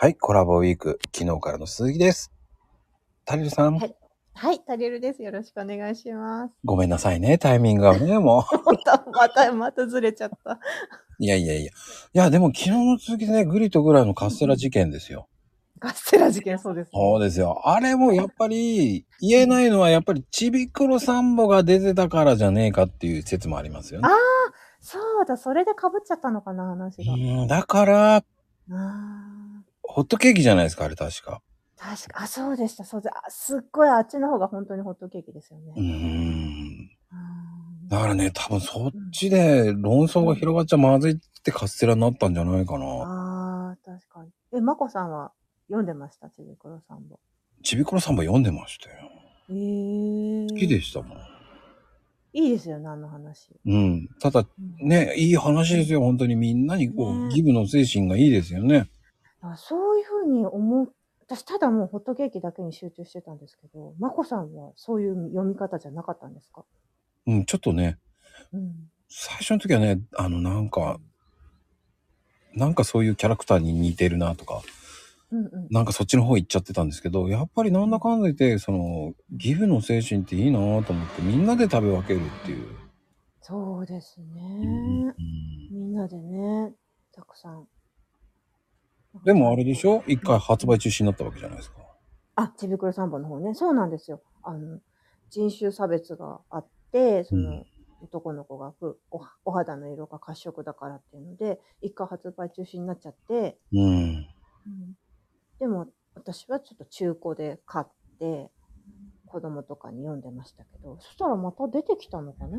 はい、コラボウィーク、昨日からの鈴木です。タリルさん。 はい。はい、タリルです。よろしくお願いします。 ごめんなさいね、タイミングがね、もう。 またずれちゃった。 いや。いや、でも昨日の続きでね、グリとグラのカステラ事件ですよ。 カステラ事件、そうですね。 そうですよ。あれもやっぱり、言えないのはやっぱりちびくろサンボが出てたからじゃねえかっていう説もありますよね。 ああ、そうだ、それで被っちゃったのかな、話が。 だから、 ああ。 ホットケーキじゃないですか、あれ確か。 確か、そうでした、そうで、すっごいあっちの方が本当にホットケーキですよね。 だからね、多分そっちで論争が広がっちゃまずいってカステラになったんじゃないかな。 ああ、確かに。まこさんは読んでました、ちびくろさんぼ。 ちびくろさんも読んでましたよ。好きでしたもん。 いいですよね、あの話。 ただ、ね、いい話ですよ、本当にみんなにこう、ギブの精神がいいですよね。 そういうふうに私ただもうホットケーキだけに集中してたんですけど、まこさんはそういう読み方じゃなかったんですか？ ちょっとね、最初の時はね、なんかそういうキャラクターに似てるなとか、なんかそっちの方行っちゃってたんですけど、やっぱりなんだかんだ言って、ギブの精神っていいなと思って、みんなで食べ分けるっていう。 そうですね。みんなでね、たくさん。 でもあれでしょ？一回発売中止になったわけじゃないですか。 あ、ちびくろさんぼの方ね。そうなんですよ。人種差別があって、男の子がお肌の色が褐色だからっていうので、一回発売中止になっちゃって、でも私はちょっと中古で買って、子供とかに読んでましたけど、そしたらまた出てきたのかな？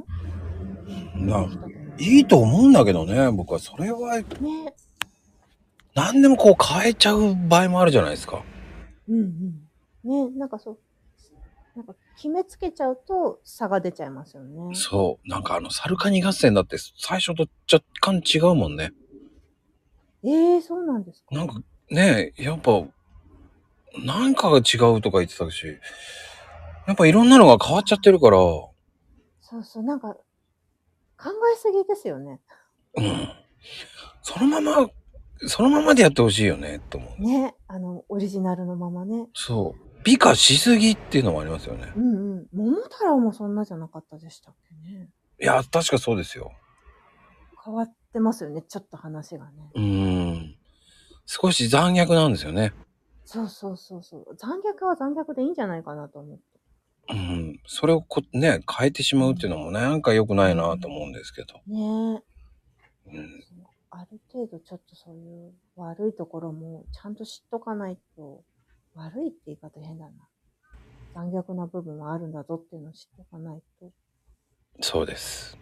いいと思うんだけどね、僕は。それは、ね、何でもこう変えちゃう場合もあるじゃないですか。 ね、なんか決めつけちゃうと差が出ちゃいますよね。 そう。なんかサルカニ合戦だって最初と若干違うもんね。 そうなんですか？ なんかね、やっぱ、なんかが違うとか言ってたし、やっぱいろんなのが変わっちゃってるから。 そう、なんか、考えすぎですよね。 そのままでやってほしいよね、と思う。 ね、オリジナルのままね。 そう。美化しすぎっていうのもありますよね。 桃太郎もそんなじゃなかったでしたっけね。 いや、確かそうですよ。 変わってますよね、ちょっと話がね。 少し残虐なんですよね。 そう。残虐は残虐でいいんじゃないかなと思って。 それをね、変えてしまうっていうのもなんか良くないなと思うんですけど。 ねえ。ある程度ちょっとそういう悪いところもちゃんと知っとかないと、悪いって言い方変だな。残虐な部分はあるんだぞっていうのを知っとかないと。 そうです。